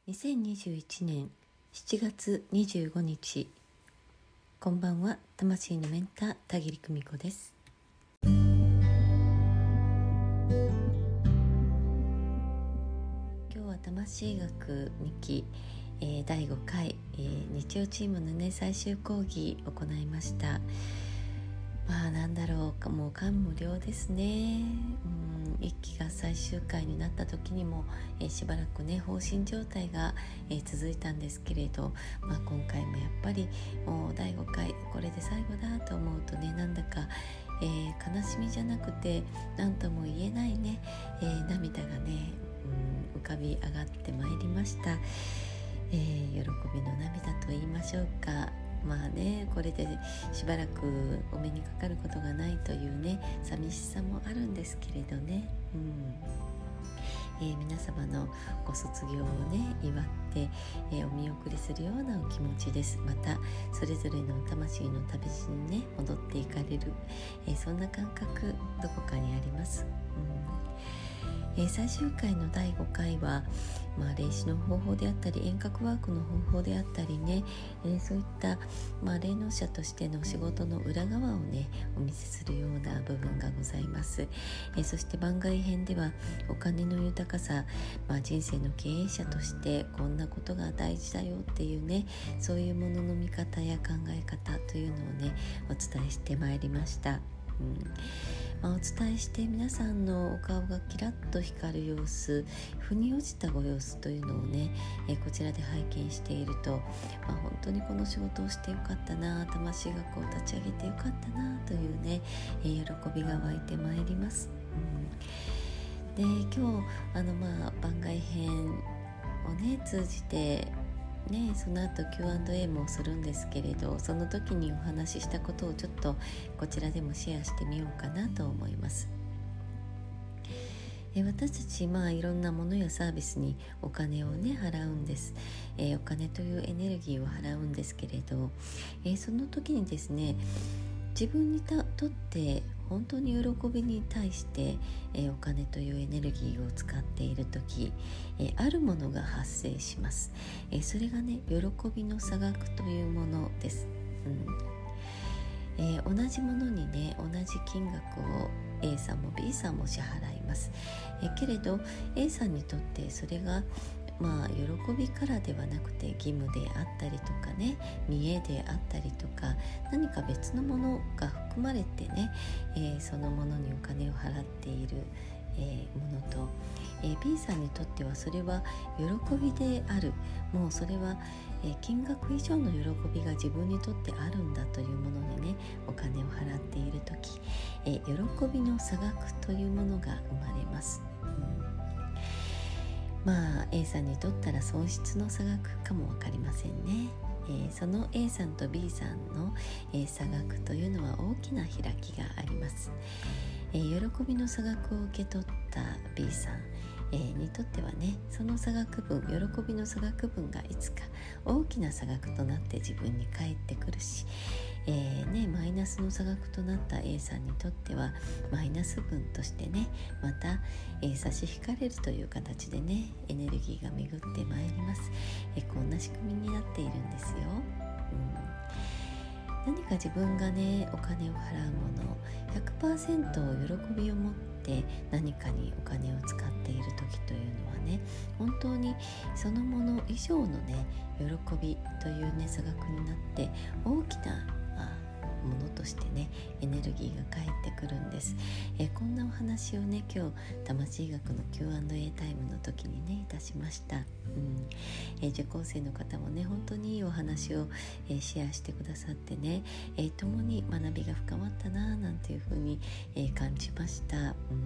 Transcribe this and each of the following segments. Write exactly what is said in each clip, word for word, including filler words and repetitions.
にせんにじゅういちねんしちがつにじゅうごにち、こんばんは。魂のメンター田切久美子です。今日は魂学にき、えー、だいごかい、えー、日曜チームのね最終講義行いました。まあなんだろうか、もう感無量ですね。うん、一期が最終回になった時にも、えー、しばらくね放心状態が、えー、続いたんですけれど、まあ、今回もやっぱりもうだいごかいこれで最後だと思うとね、なんだか、えー、悲しみじゃなくて何とも言えないね、えー、涙がね、うん、浮かび上がってまいりました。えー、喜びの涙と言いましょうか。まあね、これでしばらくお目にかかることがないというね寂しさもあるんですけれどね、うんえー、皆様のご卒業をね祝って、えー、お見送りするようなお気持ちです。またそれぞれの魂の旅路にね戻っていかれる、えー、そんな感覚どこかにあります。うんえー、最終回のだいごかいは、まあ、霊視の方法であったり遠隔ワークの方法であったりね、えー、そういった、まあ、霊能者としての仕事の裏側をねお見せするような部分がございます。えー、そして番外編ではお金の豊かさ、まあ、人生の経営者としてこんなことが大事だよっていうね、そういうものの見方や考え方というのをねお伝えしてまいりました。うんまあ、お伝えして皆さんのお顔がキラッと光る様子、腑に落ちたご様子というのをね、えー、こちらで拝見していると、まあ、本当にこの仕事をしてよかったな、魂学を立ち上げてよかったなというね、えー、喜びが湧いてまいります。うん、で今日あの、まあ、番外編をね通じてね、その後 キューアンドエー もするんですけれど、その時にお話ししたことをちょっとこちらでもシェアしてみようかなと思います。え私たち、まあ、いろんなものやサービスにお金をね払うんです。えー、お金というエネルギーを払うんですけれど、えー、その時にですね、自分にとって本当に喜びに対して、えー、お金というエネルギーを使っているとき、えー、あるものが発生します。えー、それがね、喜びの差額というものです。うんえー、同じものにね、同じ金額を A さんも B さんも支払います。えー、けれど A さんにとってそれがまあ、喜びからではなくて義務であったりとかね、見栄であったりとか、何か別のものが含まれてね、えー、そのものにお金を払っている、えー、ものと、えー、B さんにとってはそれは喜びである、もうそれは、えー、金額以上の喜びが自分にとってあるんだというものにねお金を払っているとき、えー、喜びの差額というものが生まれます。まあ A さんにとったら損失の差額かもわかりませんね。えー、その A さんと B さんの、えー、差額というのは大きな開きがあります。えー、喜びの差額を受け取った B さん、えー、にとってはね、その差額分、喜びの差額分がいつか大きな差額となって自分に返ってくるし、えーね、マイナスの差額となった A さんにとってはマイナス分としてね、また、えー、差し引かれるという形でねエネルギーが巡ってまいります。えー、こんな仕組みになっているんですよ。うん、何か自分がねお金を払うもの ひゃくパーセント 喜びを持って何かにお金を使っている時というのはね、本当にそのもの以上のね喜びというね差額になって大きなものとしてねエネルギーが返ってくるんです。えー、こんなお話をね今日魂学の キューアンドエー タイムの時にねいたしました。うんえー、受講生の方もね本当にいいお話を、えー、シェアしてくださってね、えー、共に学びが深まったななんていうふうに、えー、感じました。うん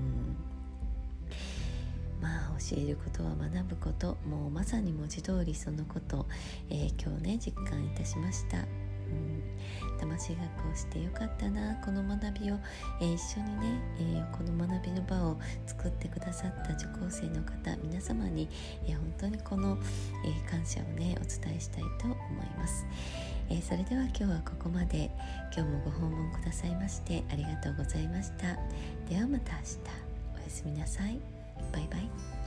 まあ教えることは学ぶこと、もうまさに文字通りそのこと、えー、今日ね実感いたしました。うん魂学をしてよかったな、この学びを、えー、一緒にね、えー、この学びの場を作ってくださった受講生の方皆様に、えー、本当にこの、えー、感謝をねお伝えしたいと思います。えー、それでは今日はここまで。今日もご訪問くださいましてありがとうございました。ではまた明日、おやすみなさい。バイバイ。